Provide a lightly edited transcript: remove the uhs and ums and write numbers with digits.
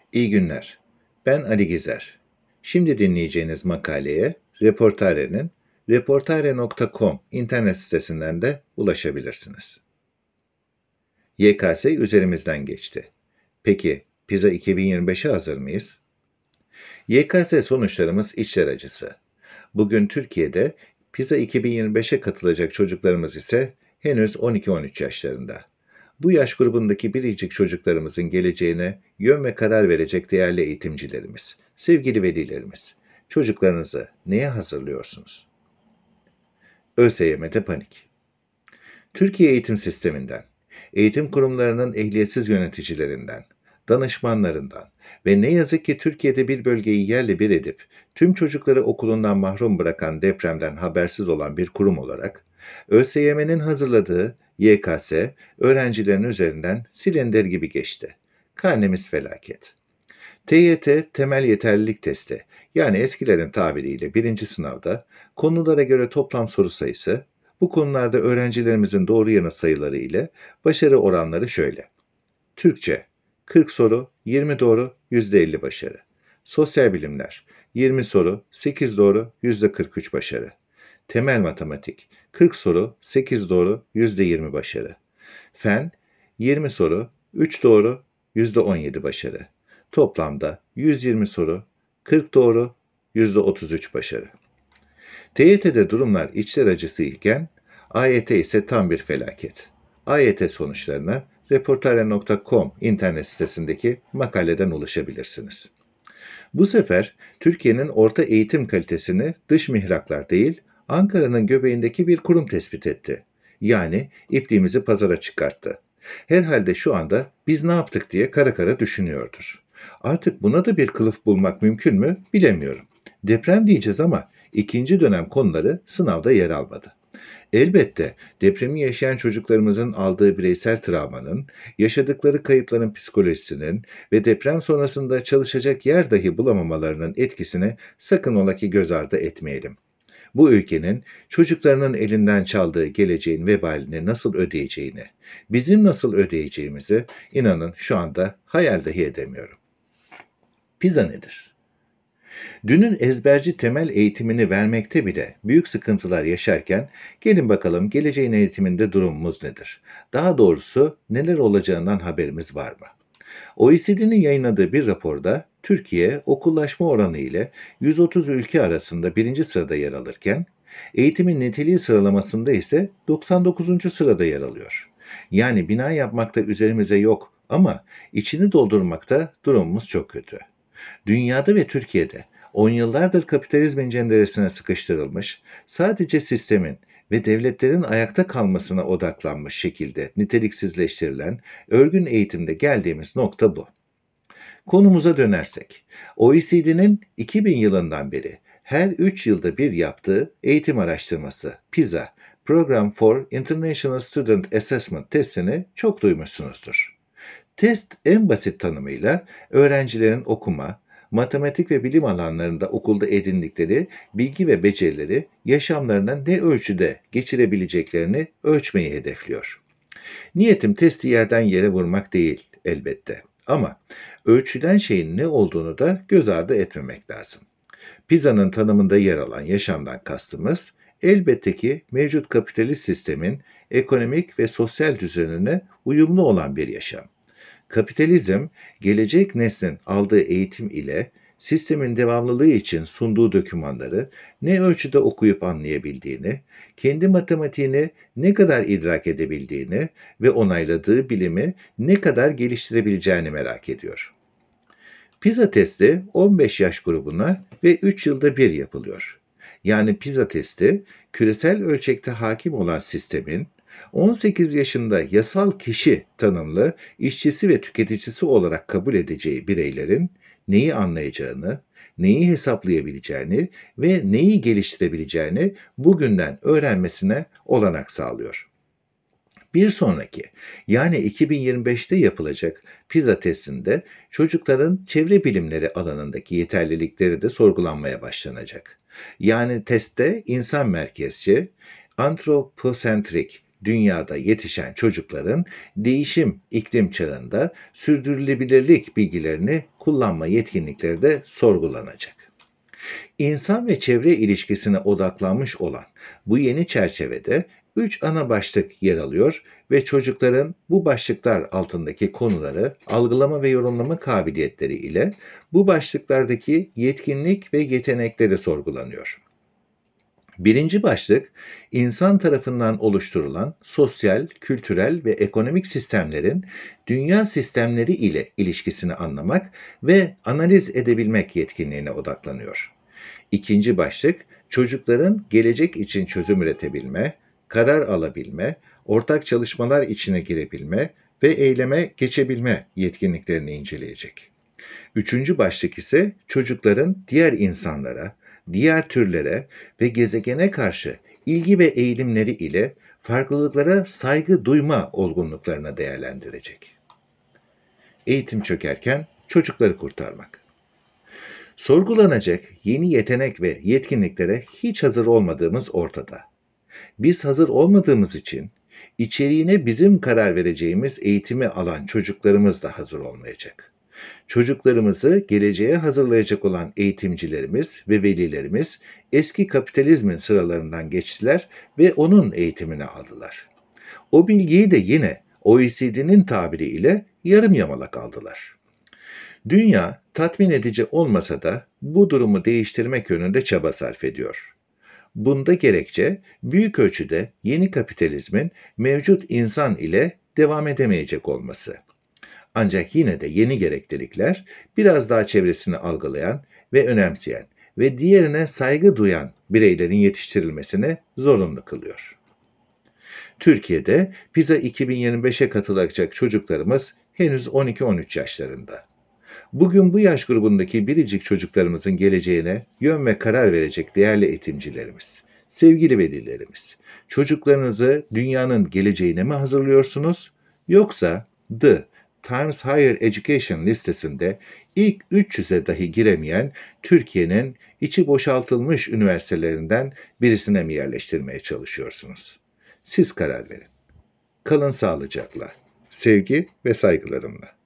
İyi günler. Ben Ali Gizer. Şimdi dinleyeceğiniz makaleye Reportare'nin reportare.com internet sitesinden de ulaşabilirsiniz. YKS üzerimizden geçti. Peki PISA 2025'e hazır mıyız? YKS sonuçlarımız içler acısı. Bugün Türkiye'de PISA 2025'e katılacak çocuklarımız ise henüz 12-13 yaşlarında. Bu yaş grubundaki biricik çocuklarımızın geleceğine yön ve karar verecek değerli eğitimcilerimiz, sevgili velilerimiz, çocuklarınızı neye hazırlıyorsunuz? ÖSYM'de panik. Türkiye eğitim sisteminden, eğitim kurumlarının ehliyetsiz yöneticilerinden, danışmanlarından ve ne yazık ki Türkiye'de bir bölgeyi yerle bir edip tüm çocukları okulundan mahrum bırakan depremden habersiz olan bir kurum olarak ÖSYM'nin hazırladığı YKS öğrencilerin üzerinden silindir gibi geçti. Karnemiz felaket. TYT temel yeterlilik testi, yani eskilerin tabiriyle birinci sınavda konulara göre toplam soru sayısı, bu konularda öğrencilerimizin doğru yanıt sayıları ile başarı oranları şöyle. Türkçe 40 soru, 20 doğru, %50 başarı. Sosyal bilimler 20 soru, 8 doğru, %43 başarı. Temel matematik 40 soru, 8 doğru, %20 başarı. Fen 20 soru, 3 doğru, %17 başarı. Toplamda 120 soru, 40 doğru, %33 başarı. TYT'de durumlar içler acısı iken AYT ise tam bir felaket. AYT sonuçlarına reportare.com internet sitesindeki makaleden ulaşabilirsiniz. Bu sefer Türkiye'nin orta eğitim kalitesini dış mihraklar değil, Ankara'nın göbeğindeki bir kurum tespit etti. Yani ipliğimizi pazara çıkarttı. Herhalde şu anda biz ne yaptık diye kara kara düşünüyordur. Artık buna da bir kılıf bulmak mümkün mü bilemiyorum. Deprem diyeceğiz ama ikinci dönem konuları sınavda yer almadı. Elbette depremi yaşayan çocuklarımızın aldığı bireysel travmanın, yaşadıkları kayıpların psikolojisinin ve deprem sonrasında çalışacak yer dahi bulamamalarının etkisini sakın ola ki göz ardı etmeyelim. Bu ülkenin çocuklarının elinden çaldığı geleceğin vebalini nasıl ödeyeceğini, bizim nasıl ödeyeceğimizi inanın şu anda hayal dahi edemiyorum. PISA nedir? Dünün ezberci temel eğitimini vermekte bile büyük sıkıntılar yaşarken gelin bakalım geleceğin eğitiminde durumumuz nedir? Daha doğrusu neler olacağından haberimiz var mı? OECD'nin yayınladığı bir raporda Türkiye okullaşma oranı ile 130 ülke arasında birinci sırada yer alırken eğitimin niteliği sıralamasında ise 99. sırada yer alıyor. Yani bina yapmakta üzerimize yok ama içini doldurmakta durumumuz çok kötü. Dünyada ve Türkiye'de 10 yıllardır kapitalizmin cenderesine sıkıştırılmış, sadece sistemin ve devletlerin ayakta kalmasına odaklanmış şekilde niteliksizleştirilen örgün eğitimde geldiğimiz nokta bu. Konumuza dönersek, OECD'nin 2000 yılından beri her 3 yılda bir yaptığı eğitim araştırması PISA, Program for International Student Assessment testini çok duymuşsunuzdur. Test en basit tanımıyla öğrencilerin okuma, matematik ve bilim alanlarında okulda edindikleri bilgi ve becerileri yaşamlarına ne ölçüde geçirebileceklerini ölçmeyi hedefliyor. Niyetim testi yerden yere vurmak değil elbette. Ama ölçülen şeyin ne olduğunu da göz ardı etmemek lazım. PISA'nın tanımında yer alan yaşamdan kastımız elbette ki mevcut kapitalist sistemin ekonomik ve sosyal düzenine uyumlu olan bir yaşam. Kapitalizm, gelecek neslin aldığı eğitim ile sistemin devamlılığı için sunduğu dokümanları ne ölçüde okuyup anlayabildiğini, kendi matematiğini ne kadar idrak edebildiğini ve onayladığı bilimi ne kadar geliştirebileceğini merak ediyor. PISA testi 15 yaş grubuna ve 3 yılda bir yapılıyor. Yani PISA testi, küresel ölçekte hakim olan sistemin 18 yaşında yasal kişi tanımlı işçisi ve tüketicisi olarak kabul edeceği bireylerin neyi anlayacağını, neyi hesaplayabileceğini ve neyi geliştirebileceğini bugünden öğrenmesine olanak sağlıyor. Bir sonraki, yani 2025'te yapılacak PISA testinde çocukların çevre bilimleri alanındaki yeterlilikleri de sorgulanmaya başlanacak. Yani testte insan merkezci, antroposentrik, dünyada yetişen çocukların değişim iklim çağında sürdürülebilirlik bilgilerini kullanma yetkinlikleri de sorgulanacak. İnsan ve çevre ilişkisine odaklanmış olan bu yeni çerçevede 3 ana başlık yer alıyor ve çocukların bu başlıklar altındaki konuları algılama ve yorumlama kabiliyetleri ile bu başlıklardaki yetkinlik ve yetenekleri sorgulanıyor. Birinci başlık, insan tarafından oluşturulan sosyal, kültürel ve ekonomik sistemlerin dünya sistemleri ile ilişkisini anlamak ve analiz edebilmek yetkinliğine odaklanıyor. İkinci başlık, çocukların gelecek için çözüm üretebilme, karar alabilme, ortak çalışmalar içine girebilme ve eyleme geçebilme yetkinliklerini inceleyecek. Üçüncü başlık ise çocukların diğer insanlara, diğer türlere ve gezegene karşı ilgi ve eğilimleri ile farklılıklara saygı duyma olgunluklarını değerlendirecek. Eğitim çökerken çocukları kurtarmak. Sorgulanacak yeni yetenek ve yetkinliklere hiç hazır olmadığımız ortada. Biz hazır olmadığımız için içeriğine bizim karar vereceğimiz eğitimi alan çocuklarımız da hazır olmayacak. Çocuklarımızı geleceğe hazırlayacak olan eğitimcilerimiz ve velilerimiz eski kapitalizmin sıralarından geçtiler ve onun eğitimini aldılar. O bilgiyi de yine OECD'nin tabiriyle yarım yamalak aldılar. Dünya tatmin edici olmasa da bu durumu değiştirmek yönünde çaba sarf ediyor. Bunda gerekçe büyük ölçüde yeni kapitalizmin mevcut insan ile devam edemeyecek olması. Ancak yine de yeni gereklilikler biraz daha çevresini algılayan ve önemseyen ve diğerine saygı duyan bireylerin yetiştirilmesini zorunlu kılıyor. Türkiye'de PISA 2025'e katılacak çocuklarımız henüz 12-13 yaşlarında. Bugün bu yaş grubundaki biricik çocuklarımızın geleceğine yön ve karar verecek değerli eğitimcilerimiz, sevgili velilerimiz, çocuklarınızı dünyanın geleceğine mi hazırlıyorsunuz? Yoksa The Times Higher Education listesinde ilk 300'e dahi giremeyen Türkiye'nin içi boşaltılmış üniversitelerinden birisine mi yerleştirmeye çalışıyorsunuz? Siz karar verin. Kalın sağlıcakla. Sevgi ve saygılarımla.